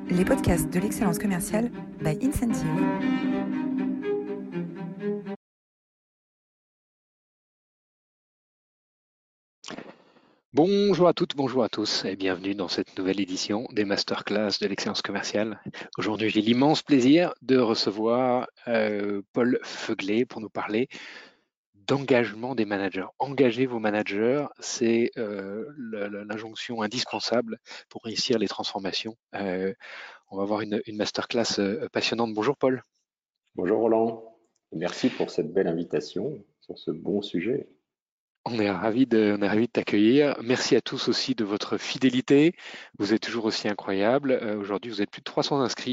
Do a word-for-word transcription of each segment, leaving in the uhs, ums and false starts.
les podcasts de l'excellence commerciale by Incentive. Bonjour à toutes, bonjour à tous et bienvenue dans cette nouvelle édition des Masterclass de l'excellence commerciale. Aujourd'hui, j'ai l'immense plaisir de recevoir euh, Paul Feuglet pour nous parler d'engagement des managers. Engager vos managers, c'est euh, l'injonction indispensable pour réussir les transformations. Euh, on va avoir une, une masterclass euh, passionnante. Bonjour Paul. Bonjour Roland, merci pour cette belle invitation sur ce bon sujet. On est ravis de, on est ravis de t'accueillir. Merci à tous aussi de votre fidélité. Vous êtes toujours aussi incroyables. Euh, Aujourd'hui, vous êtes plus de trois cents inscrits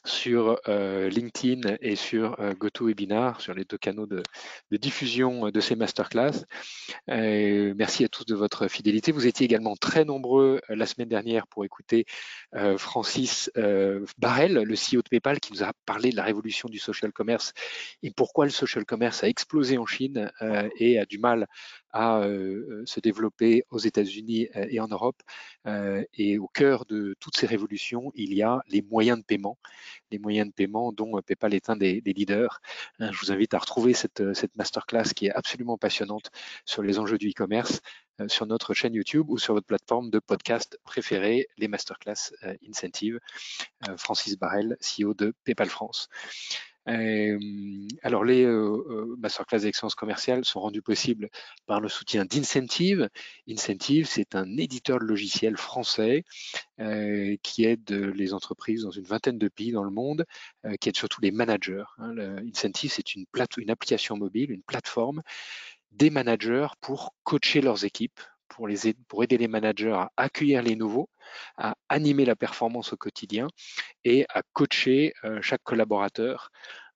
sur euh, LinkedIn et sur euh, GoToWebinar, sur les deux canaux de, de diffusion de ces masterclass. Euh, merci à tous de votre fidélité. Vous étiez également très nombreux euh, la semaine dernière pour écouter euh, Francis euh, Barrel, le C E O de PayPal, qui nous a parlé de la révolution du social commerce et pourquoi le social commerce a explosé en Chine euh, et a du mal à euh, se développer aux États-Unis euh, et en Europe. Euh, et au cœur de toutes ces révolutions, il y a les moyens de paiement, les moyens de paiement dont euh, PayPal est un des, des leaders. Euh, je vous invite à retrouver cette, cette masterclass qui est absolument passionnante sur les enjeux du e-commerce euh, sur notre chaîne YouTube ou sur votre plateforme de podcast préférée, les masterclass euh, Incentive. Euh, Francis Barrel, C E O de PayPal France. Euh, alors, les euh, euh, masterclass d'excellence commerciale sont rendus possibles par le soutien d'Incentive. Incentive, c'est un éditeur de logiciels français euh, qui aide les entreprises dans une vingtaine de pays dans le monde, euh, qui aide surtout les managers. Hein. Le Incentive, c'est une, une application mobile, une plateforme des managers pour coacher leurs équipes, pour, les aider, pour aider les managers à accueillir les nouveaux, à animer la performance au quotidien et à coacher euh, chaque collaborateur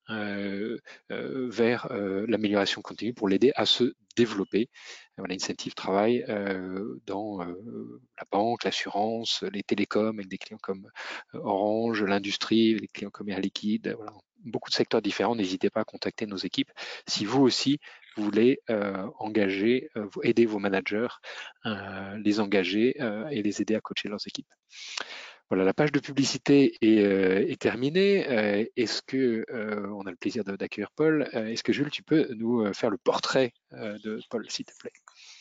euh, euh, vers euh, l'amélioration continue pour l'aider à se développer. Voilà, Incentive travaille euh, dans euh, la banque, l'assurance, les télécoms avec des clients comme Orange, l'industrie, les clients comme Air Liquide, voilà, beaucoup de secteurs différents. N'hésitez pas à contacter nos équipes si vous aussi vous voulez euh, engager, euh, aider vos managers, euh, les engager euh, et les aider à coacher leurs équipes. Voilà, la page de publicité est, euh, est terminée. Euh, Est-ce que euh, on a le plaisir d'accueillir Paul? Euh, Est-ce que Jules, tu peux nous faire le portrait euh, de Paul, s'il te plaît?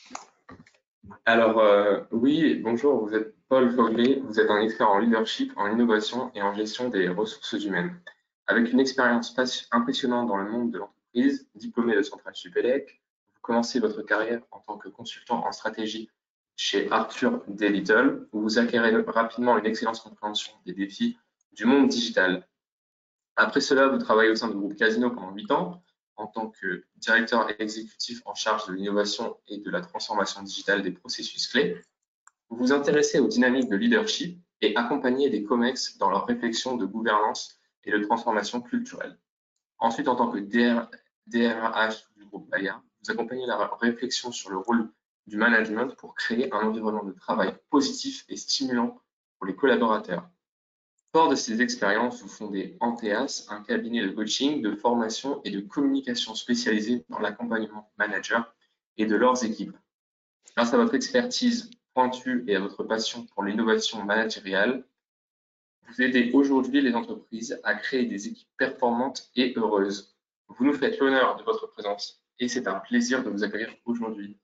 Alors euh, oui, bonjour, vous êtes Paul Feuglet, vous êtes un expert en leadership, en innovation et en gestion des ressources humaines. Avec une expérience impressionnante dans le monde de l'entreprise, diplômé de Centrale Supélec, vous commencez votre carrière en tant que consultant en stratégie chez Arthur D. Little, où vous acquérez rapidement une excellente compréhension des défis du monde digital. Après cela, vous travaillez au sein du groupe Casino pendant huit ans, en tant que directeur exécutif en charge de l'innovation et de la transformation digitale des processus clés. Vous vous intéressez aux dynamiques de leadership et accompagnez les COMEX dans leur réflexion de gouvernance et de transformation culturelle. Ensuite, en tant que D R H du groupe Bayard, vous accompagnez la réflexion sur le rôle du management pour créer un environnement de travail positif et stimulant pour les collaborateurs. Fort de ces expériences, vous fondez Anteas, un cabinet de coaching, de formation et de communication spécialisé dans l'accompagnement manager et de leurs équipes. Grâce à votre expertise pointue et à votre passion pour l'innovation managériale, vous aidez aujourd'hui les entreprises à créer des équipes performantes et heureuses. Vous nous faites l'honneur de votre présence et c'est un plaisir de vous accueillir aujourd'hui.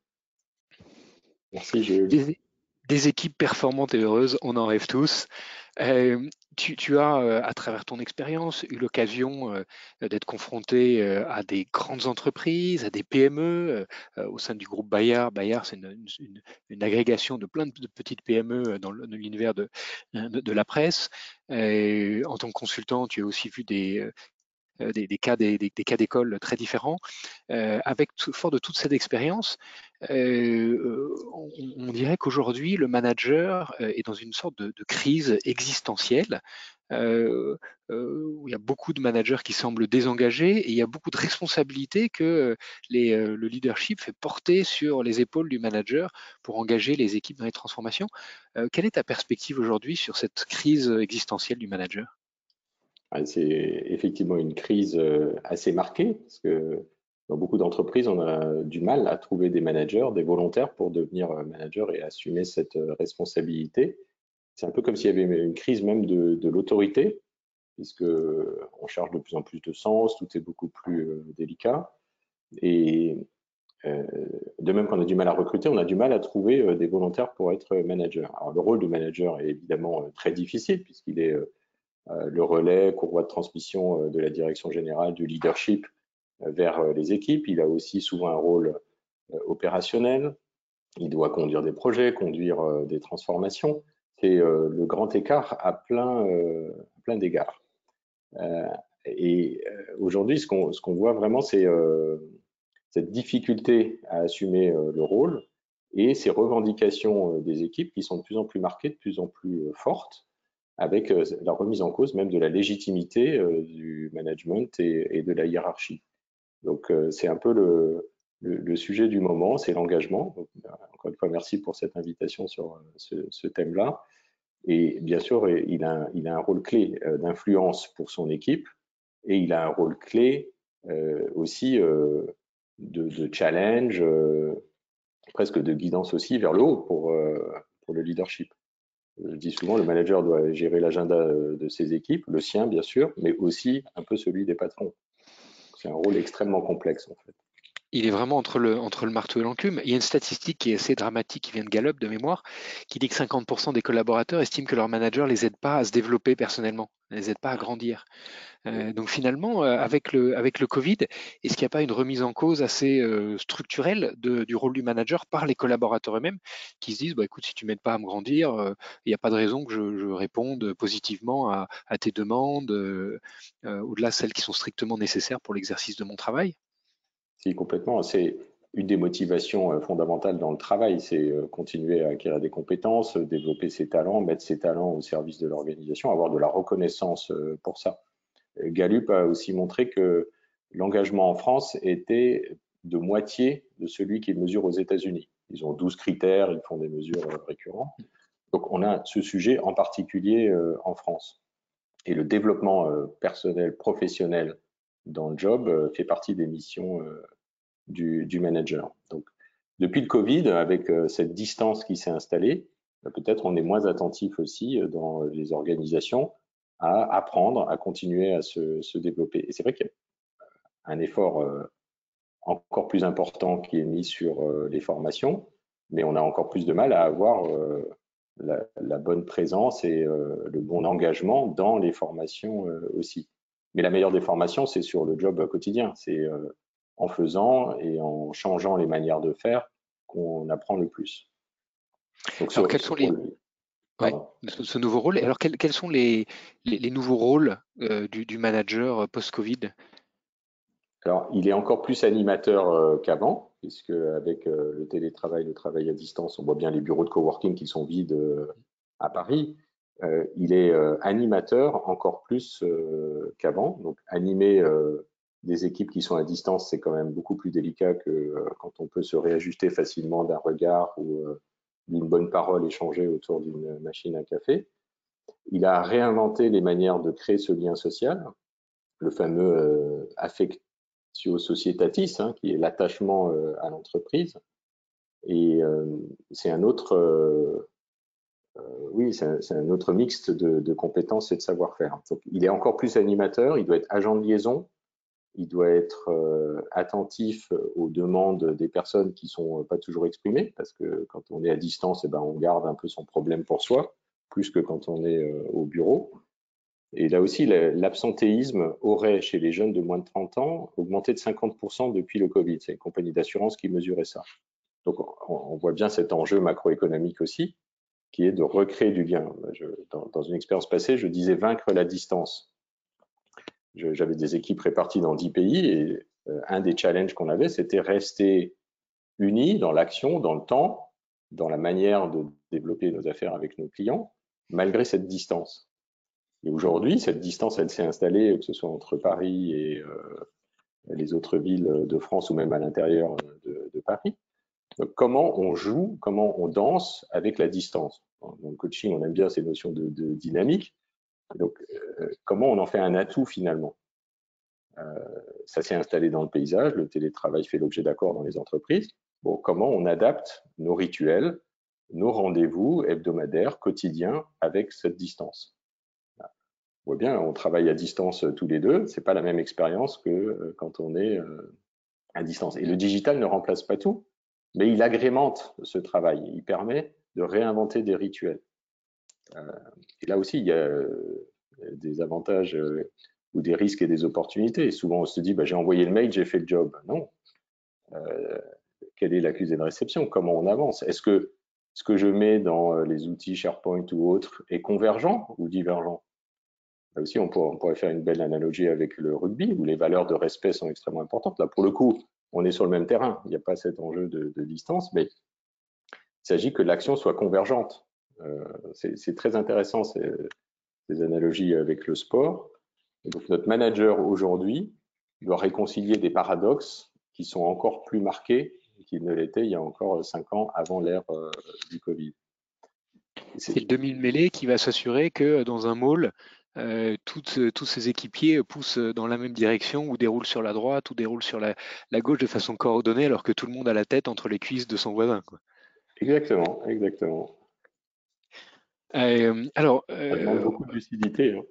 Merci Jules. Des, des équipes performantes et heureuses, on en rêve tous. Euh, tu, tu as, euh, à travers ton expérience, eu l'occasion euh, d'être confronté euh, à des grandes entreprises, à des P M E euh, au sein du groupe Bayard. Bayard, c'est une, une, une agrégation de plein de, de petites P M E dans l'univers de, de, de la presse. Euh, en tant que consultant, tu as aussi vu des, euh, des, des cas des, des, des cas d'école très différents. Euh, avec tout, fort de toute cette expérience, euh, on, on dirait qu'aujourd'hui, le manager euh, est dans une sorte de, de crise existentielle. Euh, euh, où il y a beaucoup de managers qui semblent désengagés et il y a beaucoup de responsabilités que les, euh, le leadership fait porter sur les épaules du manager pour engager les équipes dans les transformations. Euh, quelle est ta perspective aujourd'hui sur cette crise existentielle du manager? C'est effectivement une crise assez marquée parce que dans beaucoup d'entreprises, on a du mal à trouver des managers, des volontaires pour devenir manager et assumer cette responsabilité. c'est un peu comme s'il y avait une crise même de, de l'autorité, puisque on cherche de plus en plus de sens, tout est beaucoup plus euh, délicat. Et euh, de même qu'on a du mal à recruter, on a du mal à trouver euh, des volontaires pour être manager. Alors le rôle de manager est évidemment euh, très difficile, puisqu'il est euh, le relais, courroie de transmission euh, de la direction générale, du leadership euh, vers euh, les équipes. Il a aussi souvent un rôle euh, opérationnel. Il doit conduire des projets, conduire euh, des transformations. C'est euh, le grand écart à plein, euh, à plein d'égards. Euh, et euh, aujourd'hui, ce qu'on ce qu'on voit vraiment, c'est euh, cette difficulté à assumer euh, le rôle et ces revendications euh, des équipes qui sont de plus en plus marquées, de plus en plus euh, fortes, avec euh, la remise en cause même de la légitimité euh, du management et, et de la hiérarchie. Donc euh, c'est un peu le, le, le sujet du moment, c'est l'engagement. Encore une fois, merci pour cette invitation sur euh, ce, ce thème-là. Et bien sûr, il a, il a un rôle clé euh, d'influence pour son équipe et il a un rôle clé euh, aussi euh, de, de challenge, euh, presque de guidance aussi vers le haut pour, euh, pour le leadership. Je dis souvent, le manager doit gérer l'agenda de ses équipes, le sien bien sûr, mais aussi un peu celui des patrons. C'est un rôle extrêmement complexe en fait. Il est vraiment entre le, entre le marteau et l'enclume. Il y a une statistique qui est assez dramatique qui vient de Gallup de mémoire, qui dit que cinquante pour cent des collaborateurs estiment que leur manager ne les aide pas à se développer personnellement, ne les aide pas à grandir. Euh, donc finalement, euh, avec, le, avec le Covid, est-ce qu'il n'y a pas une remise en cause assez euh, structurelle de, du rôle du manager par les collaborateurs eux-mêmes qui se disent, bah, écoute, si tu ne m'aides pas à me grandir, il euh, n'y a pas de raison que je, je réponde positivement à, à tes demandes, euh, euh, au-delà de celles qui sont strictement nécessaires pour l'exercice de mon travail? Si, complètement. C'est une des motivations fondamentales dans le travail, c'est continuer à acquérir des compétences, développer ses talents, mettre ses talents au service de l'organisation, avoir de la reconnaissance pour ça. Gallup a aussi montré que l'engagement en France était de moitié de celui qu'ils mesurent aux États-Unis. Ils ont douze critères, ils font des mesures récurrentes. Donc on a ce sujet en particulier en France. Et le développement personnel, professionnel dans le job fait partie des missions du, du manager. Donc, depuis le Covid, avec cette distance qui s'est installée, peut-être on est moins attentif aussi dans les organisations à apprendre, à continuer à se, se développer. Et c'est vrai qu'il y a un effort encore plus important qui est mis sur les formations, mais on a encore plus de mal à avoir la, la bonne présence et le bon engagement dans les formations aussi. Mais la meilleure des formations, c'est sur le job quotidien. C'est en faisant et en changeant les manières de faire qu'on apprend le plus. Donc, Alors, quels sont les... Ouais, ce, ce nouveau rôle. Alors, quels, quels sont les, les, les nouveaux rôles euh, du, du manager post-Covid? Alors, il est encore plus animateur euh, qu'avant, puisque avec euh, le télétravail, le travail à distance, on voit bien les bureaux de coworking qui sont vides euh, à Paris. Euh, il est euh, animateur encore plus euh, qu'avant. Donc, animer euh, des équipes qui sont à distance, c'est quand même beaucoup plus délicat que euh, quand on peut se réajuster facilement d'un regard ou euh, d'une bonne parole échangée autour d'une machine à café. Il a réinventé les manières de créer ce lien social, le fameux euh, affectio societatis, hein, qui est l'attachement euh, à l'entreprise. Et euh, c'est un autre, euh, euh, oui, c'est un, un autre mixte de, de compétences et de savoir-faire. Donc, il est encore plus animateur, il doit être agent de liaison, il doit être euh, attentif aux demandes des personnes qui sont pas toujours exprimées, parce que quand on est à distance, eh ben, on garde un peu son problème pour soi, plus que quand on est euh, au bureau. Et là aussi, l'absentéisme aurait, chez les jeunes de moins de trente ans, augmenté de cinquante pour cent depuis le Covid. C'est une compagnie d'assurance qui mesurait ça. Donc, on, on voit bien cet enjeu macroéconomique aussi, qui est de recréer du lien. Je, dans, dans une expérience passée, je disais vaincre la distance. J'avais des équipes réparties dans dix pays et euh, un des challenges qu'on avait, c'était rester unis dans l'action, dans le temps, dans la manière de développer nos affaires avec nos clients, malgré cette distance. Et aujourd'hui, cette distance, elle s'est installée, que ce soit entre Paris et euh, les autres villes de France ou même à l'intérieur de, de Paris. Donc, comment on joue, comment on danse avec la distance. Dans le coaching, on aime bien ces notions de, de dynamique. Donc, euh, comment on en fait un atout finalement? euh, Ça s'est installé dans le paysage, le télétravail fait l'objet d'accords dans les entreprises. Bon, comment on adapte nos rituels nos rendez-vous hebdomadaires, quotidiens, avec cette distance. On voit bien, on travaille à distance tous les deux, c'est pas la même expérience que quand on est à distance. Et le digital ne remplace pas tout, mais il agrémente ce travail, il permet de réinventer des rituels. Et là aussi, il y a des avantages ou des risques et des opportunités. Souvent, on se dit, bah, j'ai envoyé le mail, j'ai fait le job. Non. Euh, quelle est l'accusé de réception? Comment on avance? Est-ce que ce que je mets dans les outils SharePoint ou autres est convergent ou divergent? Là aussi, on pourrait, on pourrait faire une belle analogie avec le rugby, où les valeurs de respect sont extrêmement importantes. Là, pour le coup, on est sur le même terrain. Il n'y a pas cet enjeu de, de distance, mais il s'agit que l'action soit convergente. Euh, c'est très intéressant, ces, ces analogies avec le sport. Et donc, notre manager aujourd'hui doit réconcilier des paradoxes qui sont encore plus marqués qu'ils ne l'étaient il y a encore cinq ans avant l'ère euh, du Covid. C'est le demi-mêlée qui va s'assurer que dans un mall, euh, toutes, tous ces équipiers poussent dans la même direction ou déroulent sur la droite ou déroulent sur la, la gauche de façon coordonnée alors que tout le monde a la tête entre les cuisses de son voisin, quoi. Exactement, exactement. Euh, alors, ça demande beaucoup de lucidité. Hein.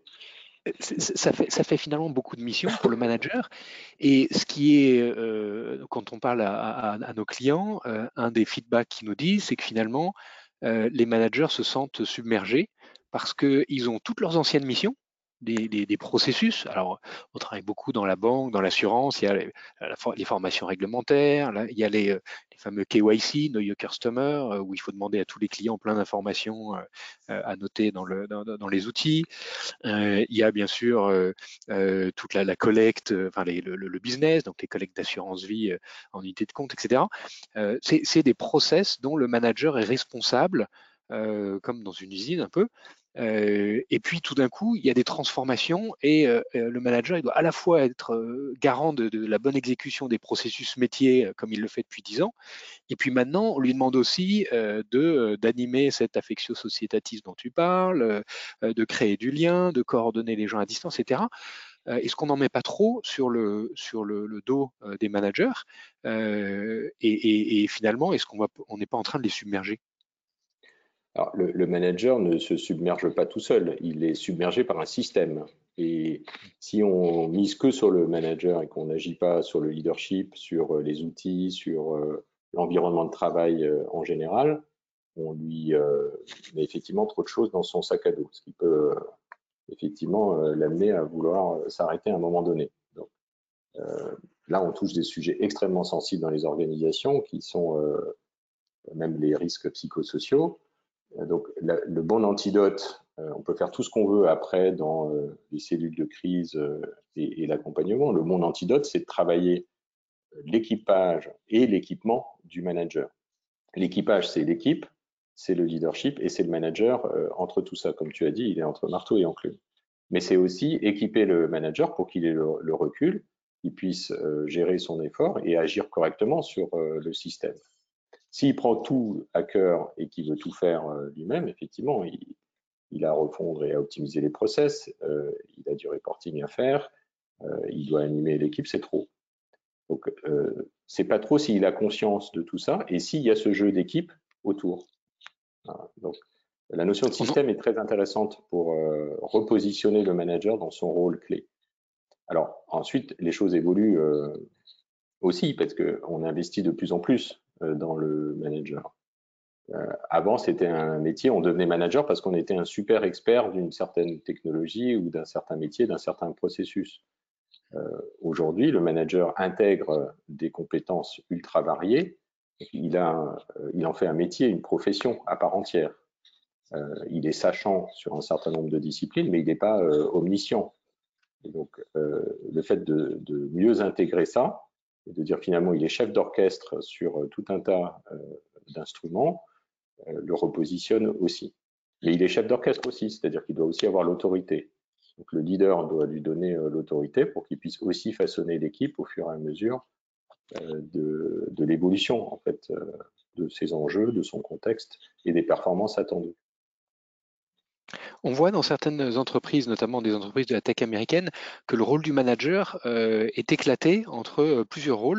Ça fait, ça fait finalement beaucoup de missions pour le manager. Et ce qui est, euh, quand on parle à, à, à nos clients, euh, un des feedbacks qu'ils nous disent, c'est que finalement, euh, les managers se sentent submergés parce qu'ils ont toutes leurs anciennes missions, des, des, des processus. Alors, on travaille beaucoup dans la banque, dans l'assurance, il y a les, les formations réglementaires, là, il y a les, les fameux K Y C, Know Your Customer, où il faut demander à tous les clients plein d'informations à noter dans, le, dans, dans les outils. Euh, il y a bien sûr euh, euh, toute la, la collecte, enfin les, le, le business, donc les collectes d'assurance vie euh, en unité de compte, et cetera. Euh, c'est des process dont le manager est responsable, euh, comme dans une usine un peu. Euh, et puis tout d'un coup, il y a des transformations et euh, le manager il doit à la fois être euh, garant de, de la bonne exécution des processus métiers euh, comme il le fait depuis dix ans, et puis maintenant, on lui demande aussi euh, de d'animer cet affectio societatis dont tu parles, euh, de créer du lien, de coordonner les gens à distance, et cetera. Euh, Est-ce qu'on n'en met pas trop sur le, sur le, le dos euh, des managers euh, et, et, et finalement, est-ce qu'on va, on n'est pas en train de les submerger? Alors, le, le manager ne se submerge pas tout seul, il est submergé par un système. Et si on mise que sur le manager et qu'on n'agit pas sur le leadership, sur les outils, sur euh, l'environnement de travail euh, en général, on lui euh, met effectivement trop de choses dans son sac à dos, ce qui peut euh, effectivement euh, l'amener à vouloir s'arrêter à un moment donné. Donc, euh, là, on touche des sujets extrêmement sensibles dans les organisations qui sont euh, même les risques psychosociaux. Donc, la, le bon antidote, euh, on peut faire tout ce qu'on veut après dans euh, les cellules de crise euh, et, et l'accompagnement. Le bon antidote, c'est de travailler l'équipage et l'équipement du manager. L'équipage, c'est l'équipe, c'est le leadership et c'est le manager. Euh, entre tout ça, comme tu as dit, il est entre marteau et enclume. Mais c'est aussi équiper le manager pour qu'il ait le, le recul, qu'il puisse euh, gérer son effort et agir correctement sur euh, le système. S'il prend tout à cœur et qu'il veut tout faire euh, lui-même, effectivement, il, il a à refondre et à optimiser les process, euh, il a du reporting à faire, euh, il doit animer l'équipe, c'est trop. Donc, euh, c'est pas trop s'il a conscience de tout ça et s'il y a ce jeu d'équipe autour. Voilà. Donc, la notion de système est très intéressante pour euh, repositionner le manager dans son rôle clé. Alors, ensuite, les choses évoluent euh, aussi parce qu'on investit de plus en plus euh, dans le manager. Euh, avant, c'était un métier, on devenait manager parce qu'on était un super expert d'une certaine technologie ou d'un certain métier, d'un certain processus. Euh, Aujourd'hui, le manager intègre des compétences ultra variées. Il, a, il en fait un métier, une profession à part entière. Euh, il est sachant sur un certain nombre de disciplines, mais il n'est pas euh, omniscient. Et donc, euh, le fait de, de mieux intégrer ça, et de dire finalement il est chef d'orchestre sur tout un tas euh, d'instruments, le repositionne aussi. Mais il est chef d'orchestre aussi, c'est-à-dire qu'il doit aussi avoir l'autorité. Donc le leader doit lui donner euh, l'autorité pour qu'il puisse aussi façonner l'équipe au fur et à mesure euh, de, de l'évolution en fait, euh, de ses enjeux, de son contexte et des performances attendues. On voit dans certaines entreprises, notamment des entreprises de la tech américaine, que le rôle du manager euh, est éclaté entre euh, plusieurs rôles.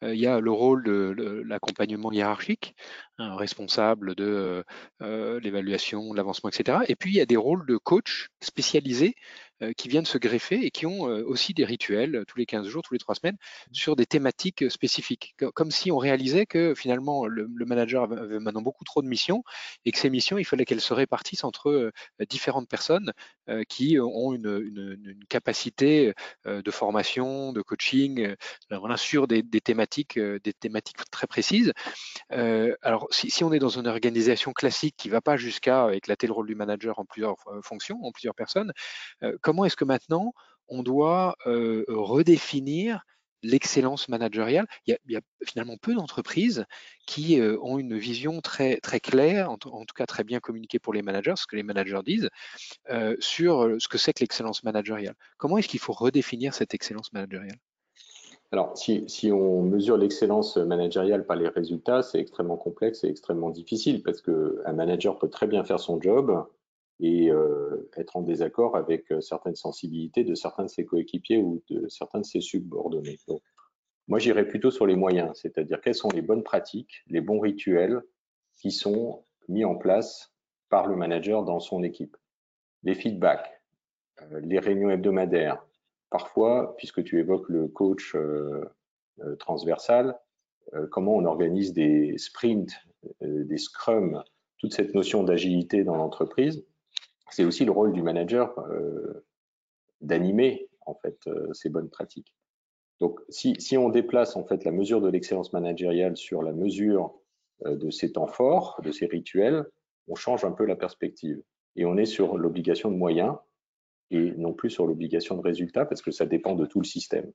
euh, il y a le rôle de, de l'accompagnement hiérarchique, un responsable de euh, euh, l'évaluation, l'avancement, et cetera. Et puis, il y a des rôles de coach spécialisés euh, qui viennent se greffer et qui ont euh, aussi des rituels euh, tous les quinze jours, tous les trois semaines, sur des thématiques spécifiques. Comme si on réalisait que finalement, le, le manager avait maintenant beaucoup trop de missions et que ces missions, il fallait qu'elles se répartissent entre euh, différentes personnes euh, qui ont une, une, une capacité euh, de formation, de coaching, euh, voilà, sur des, des thématiques, euh, des thématiques très précises. Euh, alors, si, si on est dans une organisation classique qui ne va pas jusqu'à éclater le rôle du manager en plusieurs euh, fonctions, en plusieurs personnes, euh, comment est-ce que maintenant on doit euh, redéfinir l'excellence managériale? il y, a, il y a finalement peu d'entreprises qui euh, ont une vision très, très claire, en, en, tout cas très bien communiquée pour les managers, ce que les managers disent, euh, sur ce que c'est que l'excellence managériale. Comment est-ce qu'il faut redéfinir cette excellence managériale? Alors, si, si on mesure l'excellence managériale par les résultats, c'est extrêmement complexe et extrêmement difficile parce qu'un manager peut très bien faire son job et euh, être en désaccord avec certaines sensibilités de certains de ses coéquipiers ou de certains de ses subordonnés. Donc, moi, j'irais plutôt sur les moyens, c'est-à-dire quelles sont les bonnes pratiques, les bons rituels qui sont mis en place par le manager dans son équipe. Les feedbacks, euh, les réunions hebdomadaires. Parfois, puisque tu évoques le coach euh, euh, transversal, euh, comment on organise des sprints, euh, des scrums, toute cette notion d'agilité dans l'entreprise, c'est aussi le rôle du manager euh, d'animer en fait euh, ces bonnes pratiques. Donc, si, si, on déplace en fait la mesure de l'excellence managériale sur la mesure euh, de ces temps forts, de ces rituels, on change un peu la perspective et on est sur l'obligation de moyens et non plus sur l'obligation de résultat parce que ça dépend de tout le système.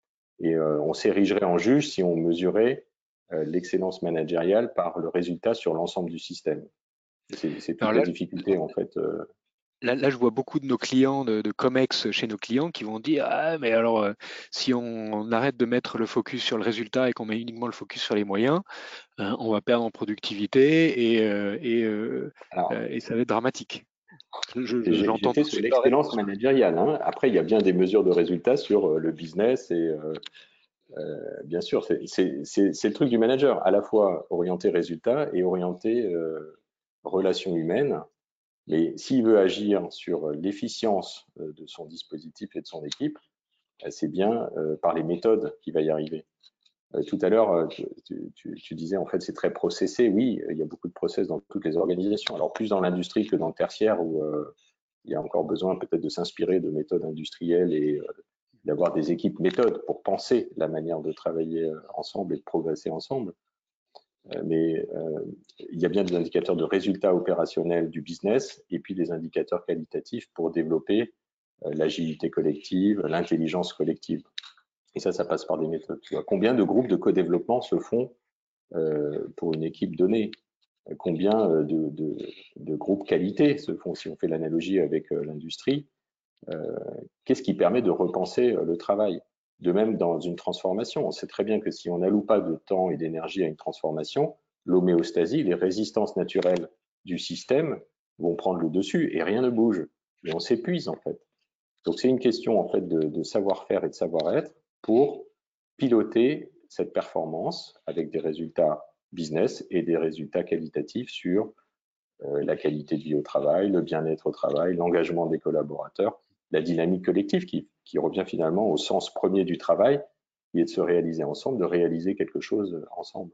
Et euh, on s'érigerait en juge si on mesurait euh, l'excellence managériale par le résultat sur l'ensemble du système. C'est toute Alors la là, difficulté en fait. Euh, Là, là, je vois beaucoup de nos clients, de, de Comex chez nos clients qui vont dire ah mais alors euh, si on, on arrête de mettre le focus sur le résultat et qu'on met uniquement le focus sur les moyens, hein, on va perdre en productivité et, euh, et, euh, alors, euh, et ça va être dramatique. Je- je- je- J'entends j'étais tout de sur suite leur l'excellence réponse. managériale. Hein. Après, il y a bien des mesures de résultats sur euh, le business et euh, euh, bien sûr, c'est le truc du manager, à la fois orienté résultat et orienté euh, relations humaines. Mais s'il veut agir sur l'efficience de son dispositif et de son équipe, c'est bien euh, par les méthodes qu'il va y arriver. Euh, tout à l'heure, tu, tu, tu, disais en fait c'est très processé. Oui, il y a beaucoup de process dans toutes les organisations. Alors plus dans l'industrie que dans le tertiaire où euh, il y a encore besoin peut-être de s'inspirer de méthodes industrielles et euh, d'avoir des équipes méthodes pour penser la manière de travailler ensemble et de progresser ensemble. Mais euh, il y a bien des indicateurs de résultats opérationnels du business et puis des indicateurs qualitatifs pour développer euh, l'agilité collective, l'intelligence collective. Et ça, ça passe par des méthodes. Tu vois. Combien de groupes de co-développement se font euh, pour une équipe donnée? Combien de, de, de groupes qualité se font, si on fait l'analogie avec euh, l'industrie? Euh, Qu'est-ce qui permet de repenser euh, le travail? De même, dans une transformation, on sait très bien que si on n'alloue pas de temps et d'énergie à une transformation, l'homéostasie, les résistances naturelles du système vont prendre le dessus et rien ne bouge. Et on s'épuise en fait. Donc c'est une question en fait de, de savoir-faire et de savoir-être pour piloter cette performance avec des résultats business et des résultats qualitatifs sur euh, la qualité de vie au travail, le bien-être au travail, l'engagement des collaborateurs, la dynamique collective qui, qui revient finalement au sens premier du travail, qui est de se réaliser ensemble, de réaliser quelque chose ensemble.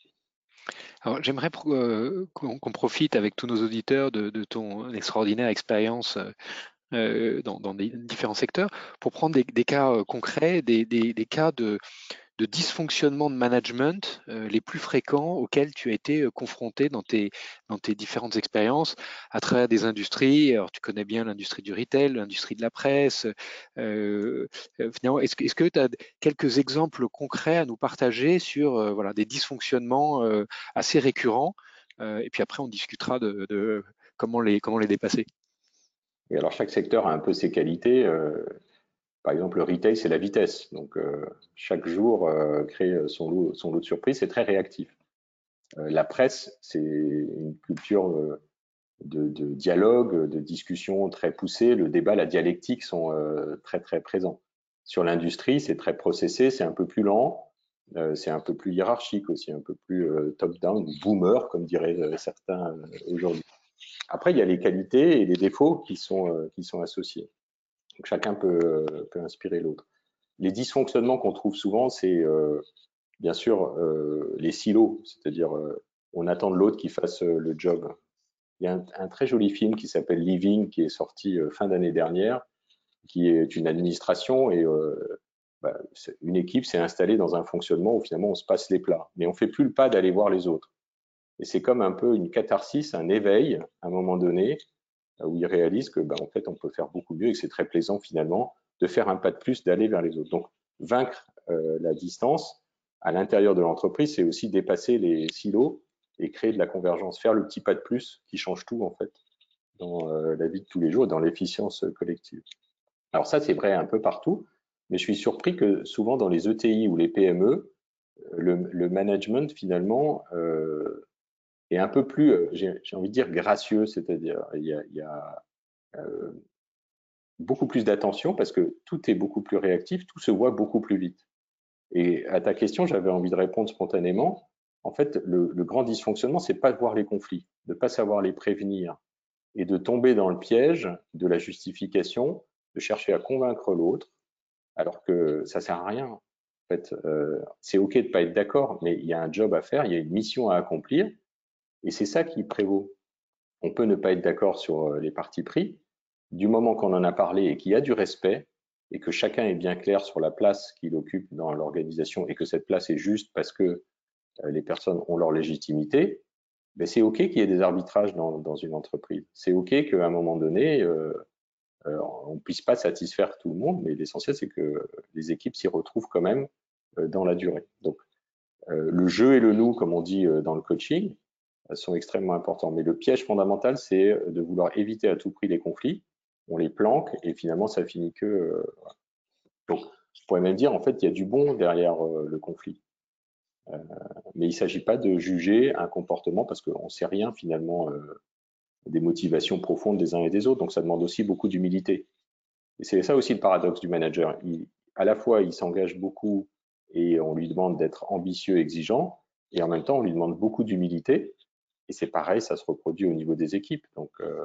Alors j'aimerais euh, qu'on qu'on profite avec tous nos auditeurs de, de ton extraordinaire expérience euh, dans, dans des différents secteurs pour prendre des, des cas euh, concrets, des, des, des cas de de dysfonctionnement de management euh, les plus fréquents auxquels tu as été euh, confronté dans tes, dans tes différentes expériences à travers des industries. Alors, tu connais bien l'industrie du retail, l'industrie de la presse. Euh, euh, finalement, est-ce que tu as quelques exemples concrets à nous partager sur euh, voilà, des dysfonctionnements euh, assez récurrents euh, et puis après, on discutera de, de comment, les, comment les dépasser. Et alors, chaque secteur a un peu ses qualités. Euh, par exemple, le retail, c'est la vitesse. Donc, euh, chaque jour, euh, crée son lot, son lot de surprises. C'est très réactif. Euh, la presse, c'est une culture euh, de, de dialogue, de discussion très poussée. Le débat, la dialectique sont euh, très, très présents. Sur l'industrie, c'est très processé, c'est un peu plus lent, Euh, c'est un peu plus hiérarchique aussi, un peu plus euh, top-down, boomer, comme diraient euh, certains euh, aujourd'hui. Après, il y a les qualités et les défauts qui sont, euh, qui sont associés. Donc, chacun peut, euh, peut inspirer l'autre. Les dysfonctionnements qu'on trouve souvent, c'est euh, bien sûr euh, les silos, c'est-à-dire euh, on attend de l'autre qu'il fasse euh, le job. Il y a un, un très joli film qui s'appelle Living, qui est sorti euh, fin d'année dernière, qui est une administration et euh, bah, une équipe s'est installée dans un fonctionnement où finalement on se passe les plats, mais on fait plus le pas d'aller voir les autres. Et c'est comme un peu une catharsis, un éveil à un moment donné où ils réalisent que bah, en fait on peut faire beaucoup mieux et que c'est très plaisant finalement de faire un pas de plus, d'aller vers les autres. Donc vaincre euh, la distance à l'intérieur de l'entreprise, c'est aussi dépasser les silos et créer de la convergence, faire le petit pas de plus qui change tout en fait dans euh, la vie de tous les jours, dans l'efficience collective. Alors ça, c'est vrai un peu partout, mais je suis surpris que souvent dans les E T I ou les P M E, le, le management finalement euh, est un peu plus, euh, j'ai envie de dire, gracieux, c'est-à-dire il y a, il y a euh, beaucoup plus d'attention parce que tout est beaucoup plus réactif, tout se voit beaucoup plus vite. Et à ta question, j'avais envie de répondre spontanément. En fait, le, le grand dysfonctionnement, c'est pas de voir les conflits, de pas savoir les prévenir et de tomber dans le piège de la justification, de chercher à convaincre l'autre, alors que ça sert à rien. En fait, euh, c'est ok de pas être d'accord, mais il y a un job à faire, il y a une mission à accomplir, et c'est ça qui prévaut. On peut ne pas être d'accord sur les partis pris, du moment qu'on en a parlé et qu'il y a du respect, et que chacun est bien clair sur la place qu'il occupe dans l'organisation, et que cette place est juste parce que les personnes ont leur légitimité, ben c'est ok qu'il y ait des arbitrages dans, dans une entreprise. C'est ok qu'à un moment donné, euh, euh, on ne puisse pas satisfaire tout le monde, mais l'essentiel, c'est que les équipes s'y retrouvent quand même euh, dans la durée. Donc, euh, le jeu et le nous, comme on dit euh, dans le coaching, euh, sont extrêmement importants. Mais le piège fondamental, c'est de vouloir éviter à tout prix les conflits. On les planque et finalement, ça finit que. Euh, voilà. Donc, je pourrais même dire, en fait, il y a du bon derrière euh, le conflit. Euh, mais il ne s'agit pas de juger un comportement parce qu'on ne sait rien finalement euh, des motivations profondes des uns et des autres. Donc, ça demande aussi beaucoup d'humilité. Et c'est ça aussi le paradoxe du manager. Il, à la fois, il s'engage beaucoup et on lui demande d'être ambitieux, exigeant, et en même temps, on lui demande beaucoup d'humilité. Et c'est pareil, ça se reproduit au niveau des équipes. Donc, euh,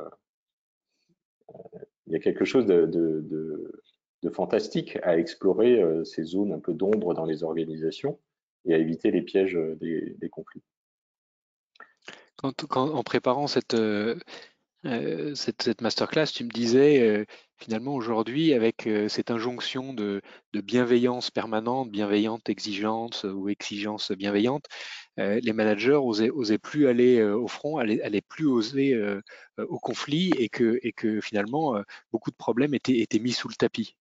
il y a quelque chose de, de, de, de fantastique à explorer euh, ces zones un peu d'ombre dans les organisations et à éviter les pièges des, des conflits. Quand, quand, en préparant cette, euh, euh, cette, cette masterclass, tu me disais euh, finalement aujourd'hui avec euh, cette injonction de, de bienveillance permanente, bienveillante exigeante ou exigence bienveillante, euh, les managers osaient, osaient plus aller euh, au front, allaient, allaient plus oser euh, euh, au conflit et que, et que finalement euh, beaucoup de problèmes étaient, étaient mis sous le tapis.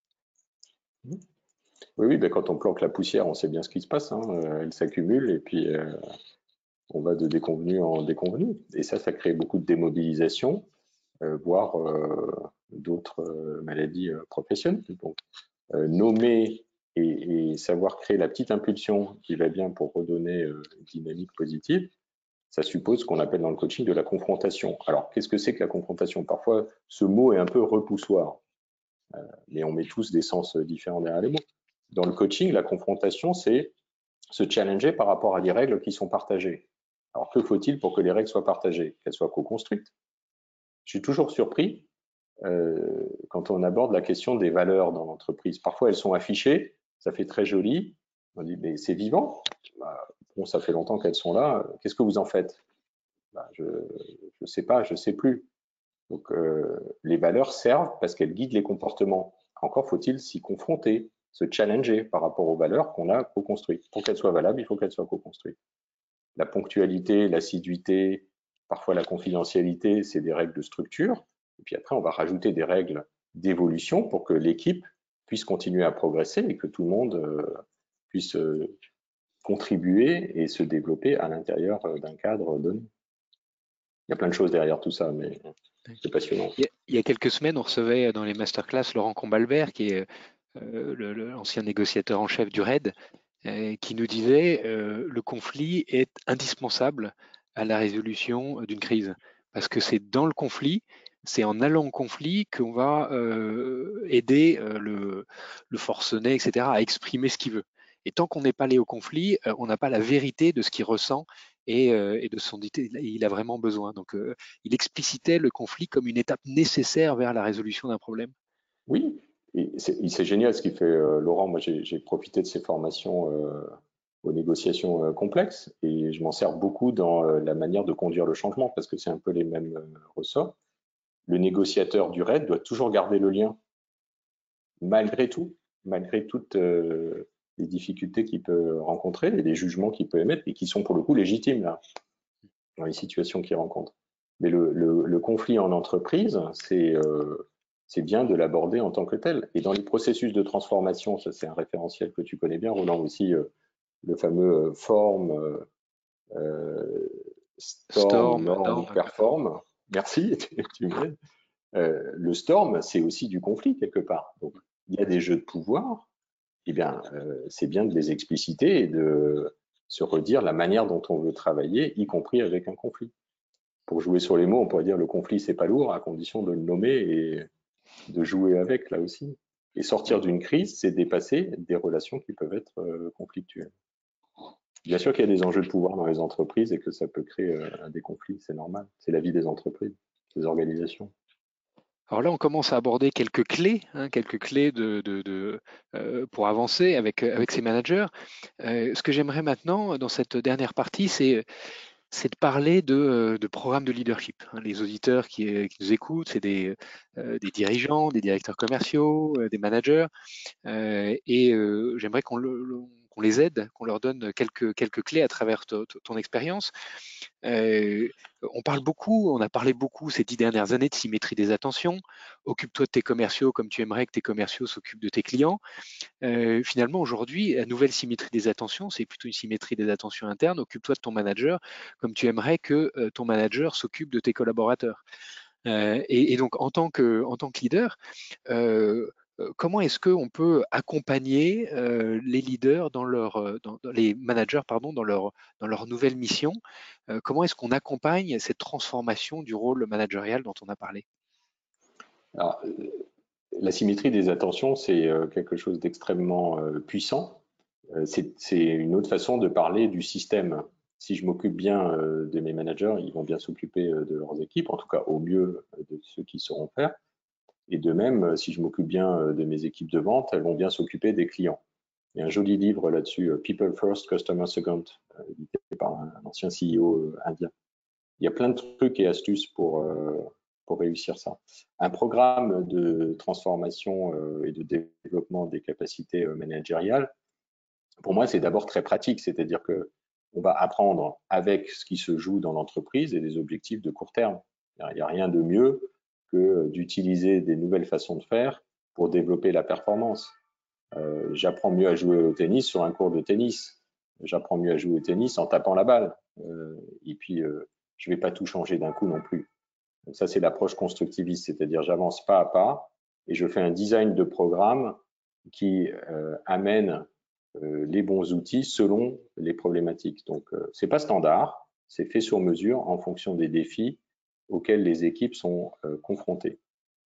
Oui, oui, ben quand on planque la poussière, on sait bien ce qui se passe. Hein. Elle s'accumule et puis euh, on va de déconvenu en déconvenu. Et ça, ça crée beaucoup de démobilisation, euh, voire euh, d'autres euh, maladies euh, professionnelles. Donc, euh, nommer et, et, savoir créer la petite impulsion qui va bien pour redonner euh, une dynamique positive, ça suppose ce qu'on appelle dans le coaching de la confrontation. Alors, qu'est-ce que c'est que la confrontation? Parfois, ce mot est un peu repoussoir, euh, mais on met tous des sens différents derrière les mots. Dans le coaching, la confrontation, c'est se challenger par rapport à des règles qui sont partagées. Alors, que faut-il pour que les règles soient partagées? Qu'elles soient co-construites? Je suis toujours surpris euh, quand on aborde la question des valeurs dans l'entreprise. Parfois, elles sont affichées, ça fait très joli. On dit, mais c'est vivant. Bah, bon, ça fait longtemps qu'elles sont là. Qu'est-ce que vous en faites? Bah, je ne sais pas, je ne sais plus. Donc, euh, les valeurs servent parce qu'elles guident les comportements. Encore faut-il s'y confronter, se challenger par rapport aux valeurs qu'on a co-construites. Pour qu'elles soient valables, il faut qu'elles soient co-construites. La ponctualité, l'assiduité, parfois la confidentialité, c'est des règles de structure. Et puis après, on va rajouter des règles d'évolution pour que l'équipe puisse continuer à progresser et que tout le monde euh, puisse euh, contribuer et se développer à l'intérieur d'un cadre donné. Il y a plein de choses derrière tout ça, mais c'est passionnant. Il y, a, il y a quelques semaines, on recevait dans les masterclass Laurent Combalbert, qui est euh, l'ancien négociateur en chef du R A I D, euh, qui nous disait euh, le conflit est indispensable à la résolution d'une crise, parce que c'est dans le conflit, c'est en allant au conflit qu'on va euh, aider euh, le, le forcené, et cetera, à exprimer ce qu'il veut. Et tant qu'on n'est pas allé au conflit, euh, on n'a pas la vérité de ce qu'il ressent et, euh, et de son il a vraiment besoin. Donc, euh, il explicitait le conflit comme une étape nécessaire vers la résolution d'un problème. Oui, c'est génial ce qu'il fait euh, Laurent. Moi, j'ai profité de ses formations euh, aux négociations euh, complexes et je m'en sers beaucoup dans euh, la manière de conduire le changement parce que c'est un peu les mêmes euh, ressorts. Le négociateur du raid doit toujours garder le lien, malgré tout, malgré toutes euh, les difficultés qu'il peut rencontrer et les jugements qu'il peut émettre et qui sont pour le coup légitimes là, dans les situations qu'il rencontre. Mais le, le, le conflit en entreprise, c'est euh, c'est bien de l'aborder en tant que tel. Et dans les processus de transformation, ça c'est un référentiel que tu connais bien, Roland, aussi, euh, le fameux euh, form, euh, storm, Storm, norm, norme, perform. Merci, tu m'aides. Euh, le storm, c'est aussi du conflit quelque part. Donc, il y a des jeux de pouvoir. Eh bien, euh, c'est bien de les expliciter et de se redire la manière dont on veut travailler, y compris avec un conflit. Pour jouer sur les mots, on pourrait dire le conflit, c'est pas lourd, à condition de le nommer et de jouer avec là aussi. Et sortir d'une crise, c'est dépasser des relations qui peuvent être euh, conflictuelles. Bien sûr qu'il y a des enjeux de pouvoir dans les entreprises et que ça peut créer euh, des conflits, c'est normal. C'est la vie des entreprises, des organisations. Alors là, on commence à aborder quelques clés, hein, quelques clés de, de, de, euh, pour avancer avec, avec ces managers. Euh, ce que j'aimerais maintenant, dans cette dernière partie, c'est c'est de parler de, de programmes de leadership. Hein. Les auditeurs qui, qui nous écoutent, c'est des, euh, des dirigeants, des directeurs commerciaux, euh, des managers. Euh, et euh, j'aimerais qu'on le, le, qu'on les aide, qu'on leur donne quelques, quelques clés à travers to, to, ton expérience. Euh, on parle beaucoup, on a parlé beaucoup ces dix dernières années de symétrie des attentions. Occupe-toi de tes commerciaux comme tu aimerais que tes commerciaux s'occupent de tes clients. Euh, finalement, aujourd'hui, la nouvelle symétrie des attentions, c'est plutôt une symétrie des attentions internes. Occupe-toi de ton manager comme tu aimerais que euh, ton manager s'occupe de tes collaborateurs. Euh, et, et, donc, en tant que, en tant que leader, euh, comment est-ce qu'on peut accompagner euh, les leaders dans leur, dans, dans les managers pardon, dans leur, dans leur nouvelle mission? Euh, comment est-ce qu'on accompagne cette transformation du rôle managérial dont on a parlé? Alors, la symétrie des attentions, c'est quelque chose d'extrêmement puissant. C'est une autre façon de parler du système. Si je m'occupe bien de mes managers, ils vont bien s'occuper de leurs équipes, en tout cas au mieux de ceux qui sauront faire. Et de même, si je m'occupe bien de mes équipes de vente, elles vont bien s'occuper des clients. Il y a un joli livre là-dessus, People First, Customer Second, édité par un ancien C E O indien. Il y a plein de trucs et astuces pour, pour réussir ça. Un programme de transformation et de développement des capacités managériales, pour moi, c'est d'abord très pratique, c'est-à-dire que on va apprendre avec ce qui se joue dans l'entreprise et des objectifs de court terme. Il n'y a rien de mieux que d'utiliser des nouvelles façons de faire pour développer la performance. Euh, J'apprends mieux à jouer au tennis sur un cours de tennis. J'apprends mieux à jouer au tennis en tapant la balle. Euh, et puis, euh, je ne vais pas tout changer d'un coup non plus. Donc ça, c'est l'approche constructiviste, c'est-à-dire j'avance pas à pas et je fais un design de programme qui euh, amène euh, les bons outils selon les problématiques. Donc, euh, c'est pas standard, c'est fait sur mesure en fonction des défis auxquels les équipes sont euh, confrontées.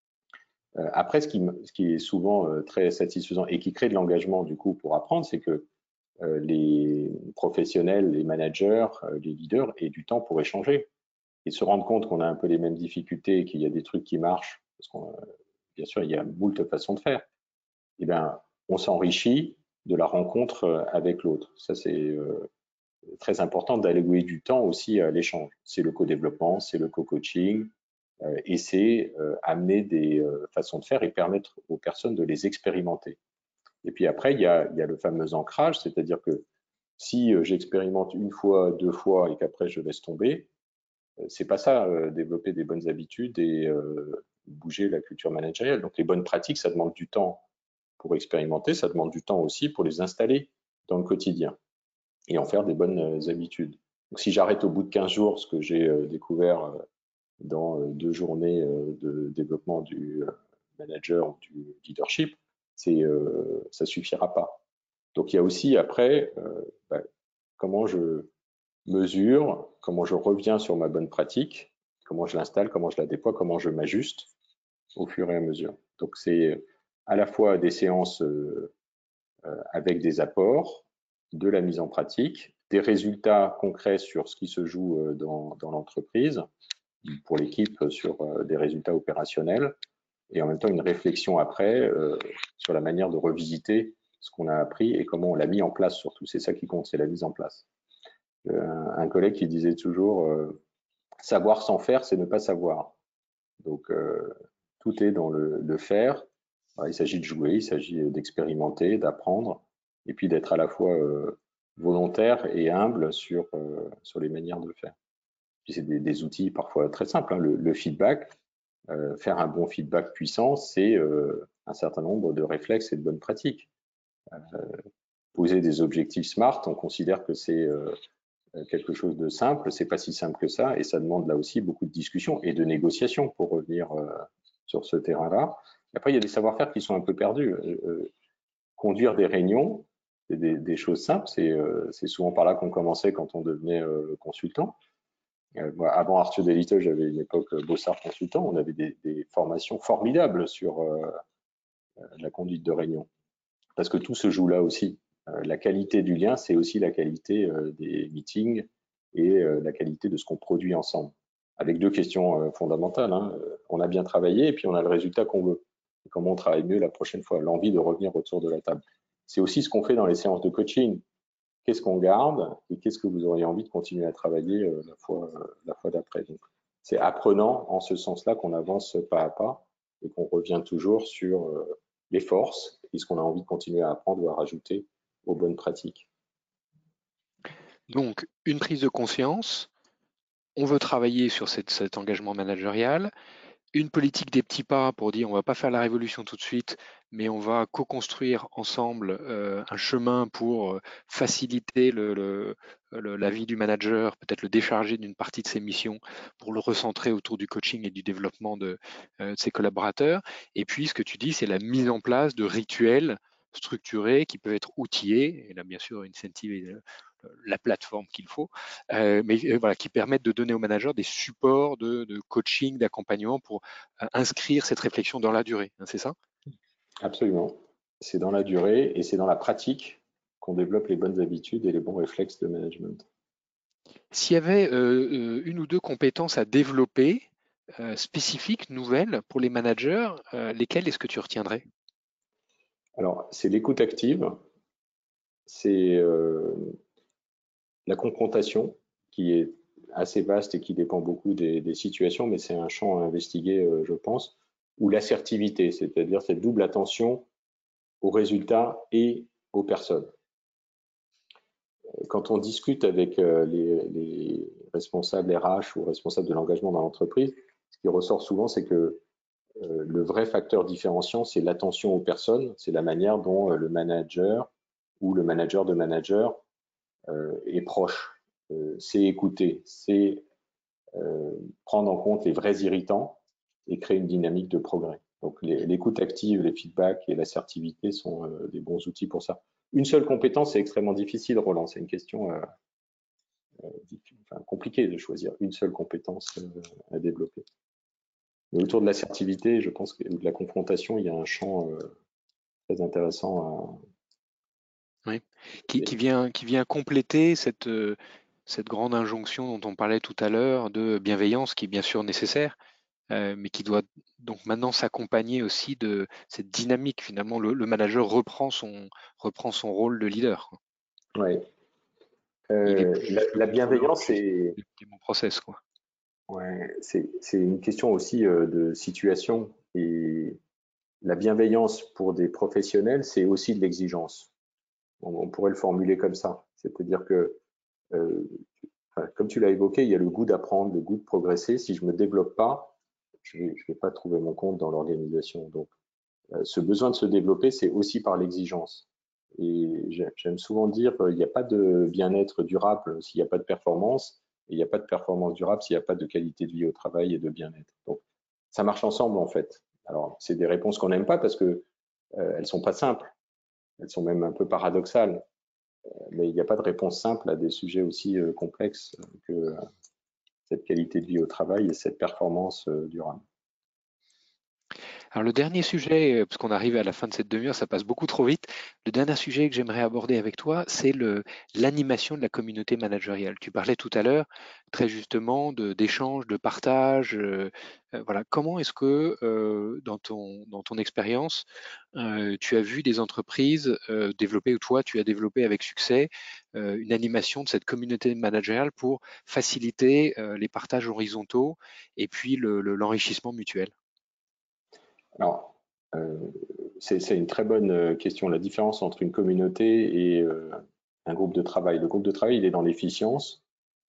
Euh, après, ce qui, ce qui est souvent euh, très satisfaisant et qui crée de l'engagement du coup pour apprendre, c'est que euh, les professionnels, les managers, euh, les leaders aient du temps pour échanger et se rendre compte qu'on a un peu les mêmes difficultés, qu'il y a des trucs qui marchent, parce qu'on, euh, bien sûr, il y a moult façons de faire. Eh bien, on s'enrichit de la rencontre avec l'autre. Ça, c'est euh, très important d'allouer du temps aussi à l'échange. C'est le co-développement, c'est le co-coaching, euh, et c'est euh, amener des euh, façons de faire et permettre aux personnes de les expérimenter. Et puis après, il y a, il y a le fameux ancrage, c'est-à-dire que si euh, j'expérimente une fois, deux fois et qu'après je laisse tomber, euh, c'est pas ça, euh, développer des bonnes habitudes et euh, bouger la culture managériale. Donc les bonnes pratiques, ça demande du temps pour expérimenter, ça demande du temps aussi pour les installer dans le quotidien et en faire des bonnes habitudes. Donc, si j'arrête au bout de quinze jours ce que j'ai découvert dans deux journées de développement du manager ou du leadership, c'est, euh, ça suffira pas. Donc, il y a aussi après euh, bah, comment je mesure, comment je reviens sur ma bonne pratique, comment je l'installe, comment je la déploie, comment je m'ajuste au fur et à mesure. Donc, c'est à la fois des séances euh, avec des apports, de la mise en pratique, des résultats concrets sur ce qui se joue dans, dans l'entreprise, pour l'équipe sur des résultats opérationnels, et en même temps une réflexion après euh, sur la manière de revisiter ce qu'on a appris et comment on l'a mis en place surtout. C'est ça qui compte, c'est la mise en place. Euh, un, un collègue qui disait toujours euh, savoir sans faire, c'est ne pas savoir. Donc euh, tout est dans le, le faire. Alors, il s'agit de jouer, il s'agit d'expérimenter, d'apprendre, et puis d'être à la fois euh, volontaire et humble sur, euh, sur les manières de le faire. Puis c'est des, des outils parfois très simples, hein. le, le feedback. Euh, faire un bon feedback puissant, c'est euh, un certain nombre de réflexes et de bonnes pratiques. Euh, poser des objectifs SMART, on considère que c'est euh, quelque chose de simple, c'est pas si simple que ça, et ça demande là aussi beaucoup de discussions et de négociations pour revenir euh, sur ce terrain-là. Après, il y a des savoir-faire qui sont un peu perdus. Euh, conduire des réunions, c'est des, des choses simples, c'est euh, souvent par là qu'on commençait quand on devenait euh, consultant. Euh, moi, avant Arthur Delito, j'avais une époque Bossard consultant, on avait des, des formations formidables sur euh, la conduite de réunion. Parce que tout se joue là aussi. Euh, la qualité du lien, c'est aussi la qualité euh, des meetings et euh, la qualité de ce qu'on produit ensemble. Avec deux questions euh, fondamentales. Hein. On a bien travaillé et puis on a le résultat qu'on veut. Et comment on travaille mieux la prochaine fois, l'envie de revenir autour de la table. C'est aussi ce qu'on fait dans les séances de coaching. Qu'est-ce qu'on garde et qu'est-ce que vous auriez envie de continuer à travailler euh, la fois, euh, la fois d'après. Donc, c'est apprenant en ce sens-là qu'on avance pas à pas et qu'on revient toujours sur euh, les forces et ce qu'on a envie de continuer à apprendre ou à rajouter aux bonnes pratiques. Donc, une prise de conscience, on veut travailler sur cette, cet engagement managérial, une politique des petits pas pour dire on va pas faire la révolution tout de suite, mais on va co-construire ensemble euh, un chemin pour faciliter le, le, le, la vie du manager, peut-être le décharger d'une partie de ses missions pour le recentrer autour du coaching et du développement de, euh, de ses collaborateurs. Et puis ce que tu dis, c'est la mise en place de rituels structurés qui peuvent être outillés, et là bien sûr incentiver la plateforme qu'il faut, euh, mais euh, voilà, qui permettent de donner aux managers des supports de, de coaching, d'accompagnement pour euh, inscrire cette réflexion dans la durée. Hein, c'est ça? Absolument. C'est dans la durée et c'est dans la pratique qu'on développe les bonnes habitudes et les bons réflexes de management. S'il y avait euh, une ou deux compétences à développer, euh, spécifiques, nouvelles pour les managers, euh, lesquelles est-ce que tu retiendrais? Alors, c'est l'écoute active, c'est euh, la confrontation qui est assez vaste et qui dépend beaucoup des, des situations, mais c'est un champ à investiguer, euh, je pense, ou l'assertivité, c'est-à-dire cette double attention aux résultats et aux personnes. Quand on discute avec euh, les, les responsables R H ou responsables de l'engagement dans l'entreprise, ce qui ressort souvent, c'est que euh, le vrai facteur différenciant, c'est l'attention aux personnes, c'est la manière dont euh, le manager ou le manager de manager euh, est proche. Euh, c'est écouter, c'est euh, prendre en compte les vrais irritants et créer une dynamique de progrès. Donc l'écoute active, les feedbacks et l'assertivité sont euh, des bons outils pour ça. Une seule compétence, c'est extrêmement difficile, Roland. C'est une question euh, euh, enfin, compliquée de choisir une seule compétence euh, à développer. Mais autour de l'assertivité, je pense que ou de la confrontation, il y a un champ euh, très intéressant à, Oui. Qui, qui, vient, qui vient compléter cette, euh, cette grande injonction dont on parlait tout à l'heure de bienveillance qui est bien sûr nécessaire, euh, mais qui doit donc maintenant s'accompagner aussi de cette dynamique. Finalement, le, le manager reprend son, reprend son rôle de leader. Oui. Euh, Il est plus la, juste le la contrôleur bienveillance, c'est mon process, quoi. ouais, c'est une question aussi euh, de situation. Et la bienveillance pour des professionnels, c'est aussi de l'exigence. On, on pourrait le formuler comme ça. C'est-à-dire que, euh, enfin, comme tu l'as évoqué, il y a le goût d'apprendre, le goût de progresser. Si je me développe pas, je vais, je vais pas trouver mon compte dans l'organisation. Donc, euh, ce besoin de se développer, c'est aussi par l'exigence. Et j'aime souvent dire qu'il n'y a pas de bien-être durable s'il n'y a pas de performance, et il n'y a pas de performance durable s'il n'y a pas de qualité de vie au travail et de bien-être. Donc, ça marche ensemble, en fait. Alors, c'est des réponses qu'on n'aime pas parce que euh, elles sont pas simples. Elles sont même un peu paradoxales. Euh, mais il n'y a pas de réponse simple à des sujets aussi euh, complexes que euh, cette qualité de vie au travail et cette performance euh, durable. Alors le dernier sujet, euh, parce qu'on arrive à la fin de cette demi-heure, ça passe beaucoup trop vite. Le dernier sujet que j'aimerais aborder avec toi, c'est le l'animation de la communauté managériale. Tu parlais tout à l'heure, très justement, de d'échange, de partage. Euh, euh, voilà, comment est-ce que euh, dans ton dans ton expérience, euh, tu as vu des entreprises euh, développer, ou toi, tu as développé avec succès euh, une animation de cette communauté managériale pour faciliter euh, les partages horizontaux et puis le- le- l'enrichissement mutuel? Alors, euh, c'est c'est une très bonne euh, question. La différence entre une communauté et euh, un groupe de travail. Le groupe de travail, il est dans l'efficience,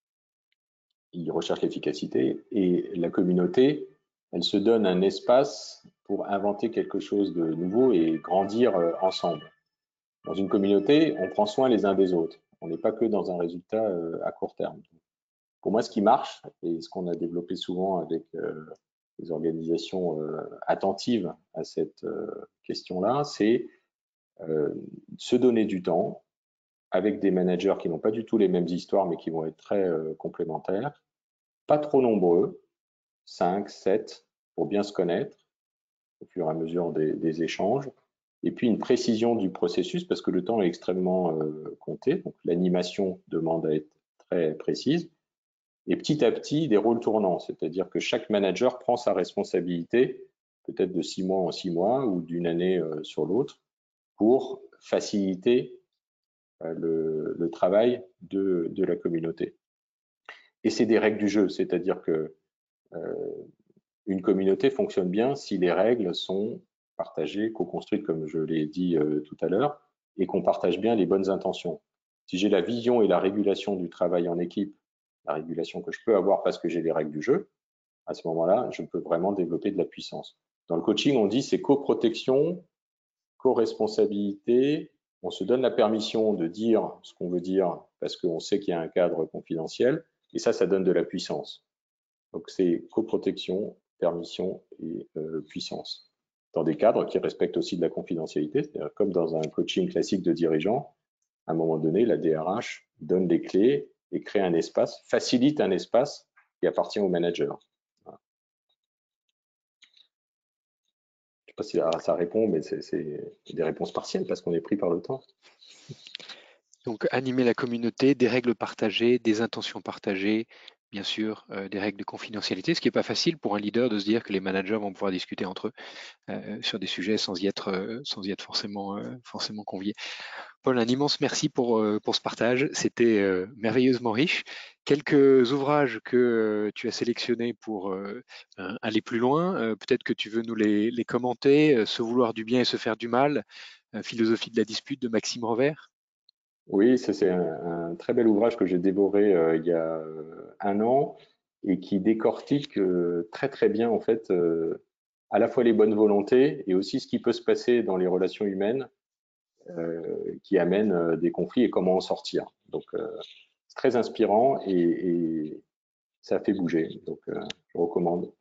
il recherche l'efficacité, et la communauté, elle se donne un espace pour inventer quelque chose de nouveau et grandir euh, ensemble. Dans une communauté, on prend soin les uns des autres. On n'est pas que dans un résultat euh, à court terme. Pour moi, ce qui marche, et ce qu'on a développé souvent avec euh, les organisations euh, attentives à cette euh, question-là, c'est euh, se donner du temps avec des managers qui n'ont pas du tout les mêmes histoires, mais qui vont être très euh, complémentaires, pas trop nombreux, cinq, sept, pour bien se connaître au fur et à mesure des, des échanges, et puis une précision du processus, parce que le temps est extrêmement euh, compté, donc l'animation demande à être très précise, et petit à petit, des rôles tournants, c'est-à-dire que chaque manager prend sa responsabilité, peut-être de six mois en six mois ou d'une année euh, sur l'autre, pour faciliter euh, le, le travail de, de la communauté. Et c'est des règles du jeu, c'est-à-dire que euh, une communauté fonctionne bien si les règles sont partagées, co-construites, comme je l'ai dit euh, tout à l'heure, et qu'on partage bien les bonnes intentions. Si j'ai la vision et la régulation du travail en équipe, la régulation que je peux avoir parce que j'ai les règles du jeu, à ce moment-là, je peux vraiment développer de la puissance. Dans le coaching, on dit c'est co-protection, co-responsabilité. On se donne la permission de dire ce qu'on veut dire parce qu'on sait qu'il y a un cadre confidentiel, et ça, ça donne de la puissance. Donc c'est coprotection, permission et euh, puissance. Dans des cadres qui respectent aussi de la confidentialité, c'est-à-dire comme dans un coaching classique de dirigeant, à un moment donné, la D R H donne des clés et crée un espace, facilite un espace qui appartient au manager. Voilà. Je ne sais pas si ça répond, mais c'est des réponses partielles parce qu'on est pris par le temps. Donc, animer la communauté, des règles partagées, des intentions partagées, bien sûr, euh, des règles de confidentialité, ce qui n'est pas facile pour un leader de se dire que les managers vont pouvoir discuter entre eux euh, sur des sujets sans y être, euh, sans y être forcément, euh, forcément conviés. Paul, un immense merci pour, euh, pour ce partage. C'était euh, merveilleusement riche. Quelques ouvrages que euh, tu as sélectionnés pour euh, aller plus loin, euh, peut-être que tu veux nous les, les commenter. euh, Se vouloir du bien et se faire du mal, euh, Philosophie de la dispute de Maxime Revers. Oui, c'est un, un, très bel ouvrage que j'ai dévoré euh, il y a euh, un an et qui décortique euh, très très bien en fait euh, à la fois les bonnes volontés et aussi ce qui peut se passer dans les relations humaines euh, qui amènent euh, des conflits et comment en sortir. Donc euh, c'est très inspirant et, et ça fait bouger. Donc euh, je recommande.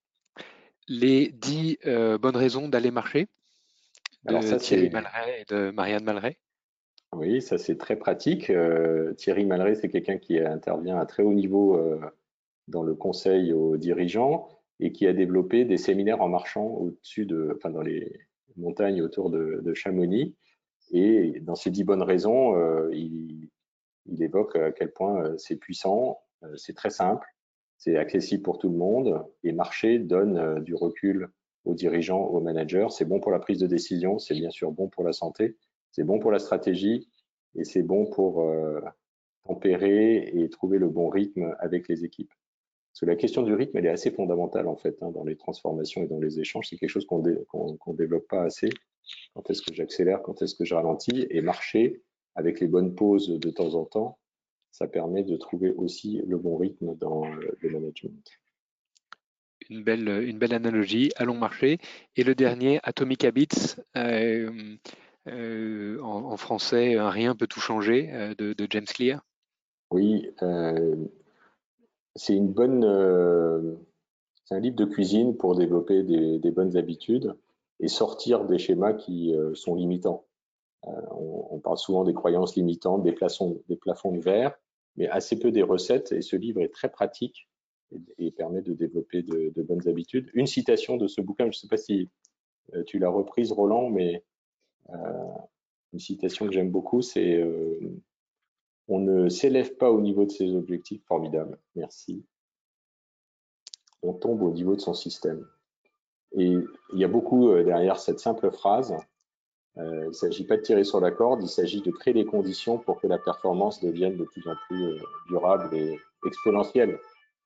Les dix euh, bonnes raisons d'aller marcher Alors de ça Thierry c'est Malray et de Marianne Malray. oui, ça c'est très pratique. Euh, Thierry Malray, c'est quelqu'un qui intervient à très haut niveau euh, dans le conseil aux dirigeants et qui a développé des séminaires en marchant au-dessus de, enfin dans les montagnes autour de, de Chamonix. Et dans ces dix bonnes raisons, euh, il, il évoque à quel point euh, c'est puissant, euh, c'est très simple, c'est accessible pour tout le monde et marcher donne euh, du recul aux dirigeants, aux managers. C'est bon pour la prise de décision, c'est bien sûr bon pour la santé, c'est bon pour la stratégie et c'est bon pour euh, tempérer et trouver le bon rythme avec les équipes. Parce que la question du rythme, elle est assez fondamentale en fait hein, dans les transformations et dans les échanges. C'est quelque chose qu'on dé, qu'on, qu'on développe pas assez. Quand est-ce que j'accélère, quand est-ce que je ralentis et marcher avec les bonnes pauses de temps en temps, ça permet de trouver aussi le bon rythme dans le management. Une belle, une belle analogie. Allons marcher. Et le dernier, Atomic Habits, euh, euh, en, en français, un rien peut tout changer, euh, de, de James Clear. Oui, euh, c'est une bonne, euh, c'est un livre de cuisine pour développer des, des bonnes habitudes et sortir des schémas qui euh, sont limitants. Euh, on, on parle souvent des croyances limitantes, des plafonds, des plafonds de verre, mais assez peu des recettes. Et ce livre est très pratique et, et permet de développer de, de bonnes habitudes. Une citation de ce bouquin, je ne sais pas si Euh, tu l'as reprise, Roland, mais euh, une citation que j'aime beaucoup, c'est euh, « On ne s'élève pas au niveau de ses objectifs. » Formidable, merci. On tombe au niveau de son système. Et il y a beaucoup euh, derrière cette simple phrase. Euh, il ne s'agit pas de tirer sur la corde, il s'agit de créer les conditions pour que la performance devienne de plus en plus euh, durable et exponentielle.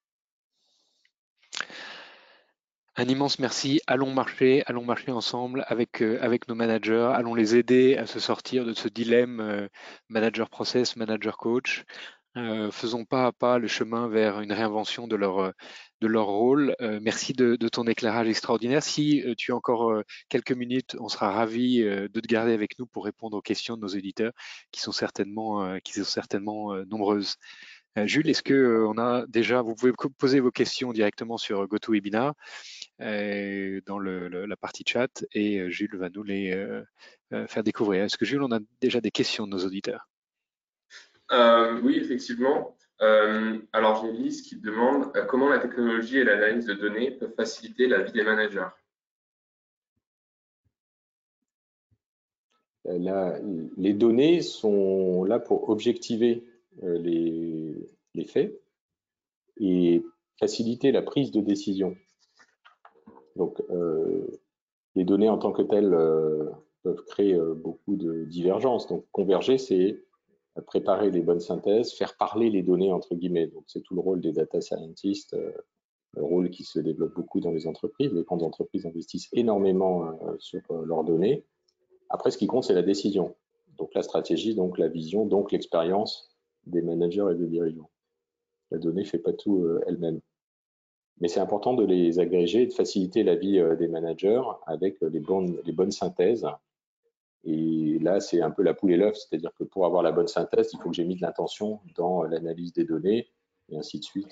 Un immense merci. Allons marcher, allons marcher ensemble avec, euh, avec nos managers. Allons les aider à se sortir de ce dilemme euh, manager process, manager coach. Euh, faisons pas à pas le chemin vers une réinvention de leur, de leur rôle. Euh, merci de, de ton éclairage extraordinaire. Si euh, tu as encore euh, quelques minutes, on sera ravis euh, de te garder avec nous pour répondre aux questions de nos éditeurs qui sont certainement, euh, qui sont certainement euh, nombreuses. Euh, Jules, est-ce que euh, on a déjà, vous pouvez poser vos questions directement sur GoToWebinar euh, dans le, le, la partie chat et euh, Jules va nous les euh, euh, faire découvrir. Est-ce que Jules, on a déjà des questions de nos auditeurs? Euh, oui, effectivement. Euh, alors, j'ai Lise qui demande euh, comment la technologie et l'analyse de données peuvent faciliter la vie des managers. La, les données sont là pour objectiver euh, les, les faits et faciliter la prise de décision. Donc, euh, les données en tant que telles euh, peuvent créer euh, beaucoup de divergences. Donc, converger, c'est préparer les bonnes synthèses, faire parler les données, entre guillemets. Donc, c'est tout le rôle des data scientists, euh, le rôle qui se développe beaucoup dans les entreprises. Les grandes entreprises investissent énormément euh, sur euh, leurs données. Après, ce qui compte, c'est la décision. Donc, la stratégie, donc la vision, donc l'expérience des managers et des dirigeants. La donnée ne fait pas tout euh, elle-même. Mais c'est important de les agréger et de faciliter la vie euh, des managers avec les bonnes, les bonnes synthèses. Et là, c'est un peu la poule et l'œuf, c'est-à-dire que pour avoir la bonne synthèse, il faut que j'ai mis de l'intention dans l'analyse des données, et ainsi de suite.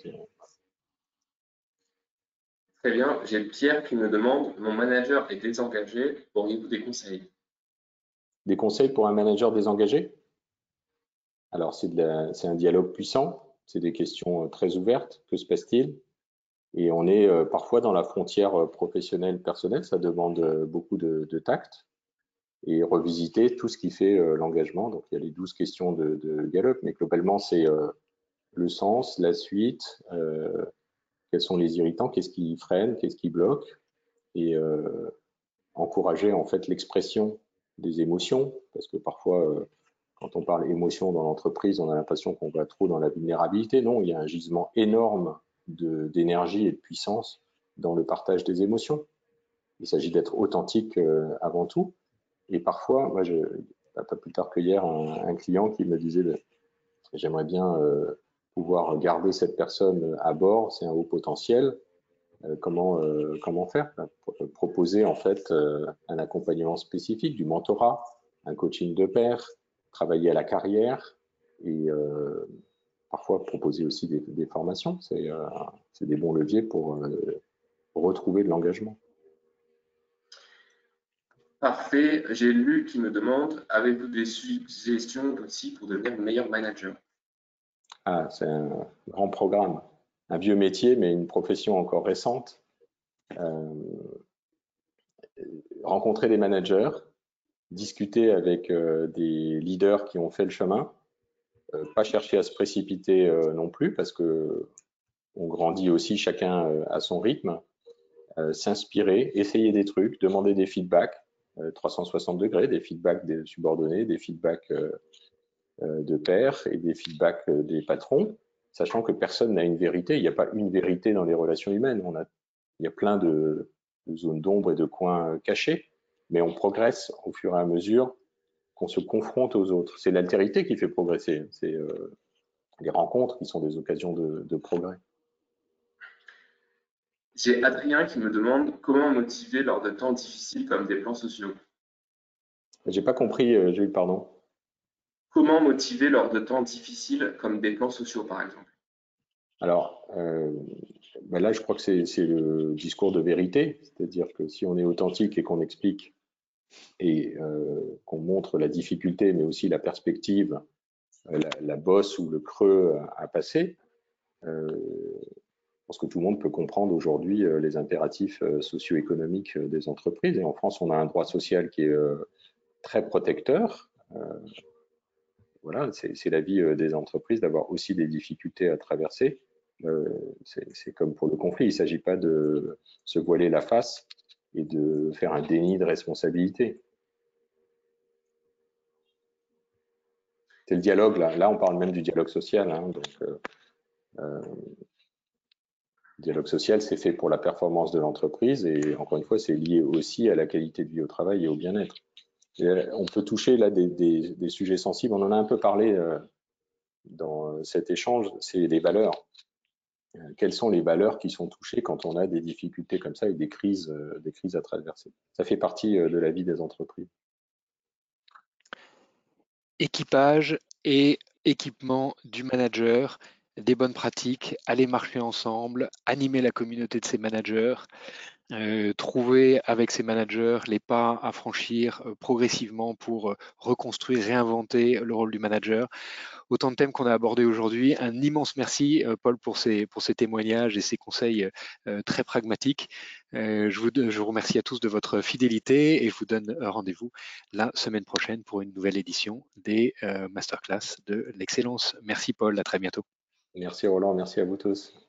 Très bien. J'ai Pierre qui me demande mon manager est désengagé, auriez-vous des conseils? Des conseils pour un manager désengagé? Alors, c'est un dialogue puissant, c'est des questions très ouvertes. Que se passe-t-il? Et on est euh, parfois dans la frontière professionnelle personnelle, ça demande euh, beaucoup de, de tact. Et revisiter tout ce qui fait euh, l'engagement. Donc, il y a les douze questions de, de Gallup, mais globalement, c'est euh, le sens, la suite, euh, quels sont les irritants, qu'est-ce qui freine, qu'est-ce qui bloque, et euh, encourager en fait l'expression des émotions, parce que parfois, euh, quand on parle émotion dans l'entreprise, on a l'impression qu'on va trop dans la vulnérabilité. Non, il y a un gisement énorme d'énergie et de puissance dans le partage des émotions. Il s'agit d'être authentique euh, avant tout. Et parfois, moi, je, pas plus tard que hier, un, un client qui me disait « j'aimerais bien euh, pouvoir garder cette personne à bord, c'est un haut potentiel, euh, comment, euh, comment faire ?» Proposer en fait euh, un accompagnement spécifique, du mentorat, un coaching de pair, travailler à la carrière et euh, parfois proposer aussi des, des formations. C'est euh, des bons leviers pour, euh, pour retrouver de l'engagement. Parfait. J'ai Lu qui me demande avez-vous des suggestions d'outils pour devenir meilleur manager? Ah, c'est un grand programme. Un vieux métier, mais une profession encore récente. Euh, rencontrer des managers, discuter avec euh, des leaders qui ont fait le chemin, euh, pas chercher à se précipiter euh, non plus, parce que on grandit aussi chacun euh, à son rythme, euh, s'inspirer, essayer des trucs, demander des feedbacks, euh, trois cent soixante degrés, des feedbacks des subordonnés, des feedbacks euh, euh, de pairs et des feedbacks euh, des patrons, sachant que personne n'a une vérité. Il n'y a pas une vérité dans les relations humaines. On a, il y a plein de, de zones d'ombre et de coins cachés, mais on progresse au fur et à mesure qu'on se confronte aux autres. C'est l'altérité qui fait progresser. C'est euh, les rencontres qui sont des occasions de, de progrès. J'ai Adrien qui me demande comment motiver lors de temps difficiles comme des plans sociaux. J'ai pas compris, euh, Jules, pardon. Comment motiver lors de temps difficiles comme des plans sociaux, par exemple? Alors, euh, ben là, je crois que c'est le discours de vérité, c'est-à-dire que si on est authentique et qu'on explique et euh, qu'on montre la difficulté, mais aussi la perspective, la, la bosse ou le creux à, à passer, euh, pense que tout le monde peut comprendre aujourd'hui euh, les impératifs euh, socio-économiques euh, des entreprises. Et en France, on a un droit social qui est euh, très protecteur. Euh, voilà, c'est la vie euh, des entreprises d'avoir aussi des difficultés à traverser. Euh, c'est comme pour le conflit, il ne s'agit pas de se voiler la face et de faire un déni de responsabilité. C'est le dialogue, là. Là, on parle même du dialogue social. Hein, donc, euh, euh, le dialogue social, c'est fait pour la performance de l'entreprise et encore une fois, c'est lié aussi à la qualité de vie au travail et au bien-être. On peut toucher là des, des, des sujets sensibles. On en a un peu parlé euh, dans cet échange, c'est les valeurs. Quelles sont les valeurs qui sont touchées quand on a des difficultés comme ça et des crises, euh, des crises à traverser? Ça fait partie euh, de la vie des entreprises. Équipage et équipement du manager, des bonnes pratiques, aller marcher ensemble, animer la communauté de ses managers, euh, trouver avec ses managers les pas à franchir euh, progressivement pour euh, reconstruire, réinventer le rôle du manager. Autant de thèmes qu'on a abordés aujourd'hui. Un immense merci, euh, Paul, pour ces, pour ces témoignages et ces conseils euh, très pragmatiques. Euh, je, vous, je vous remercie à tous de votre fidélité et je vous donne rendez-vous la semaine prochaine pour une nouvelle édition des euh, masterclass de l'excellence. Merci, Paul. À très bientôt. Merci, Roland. Merci à vous tous.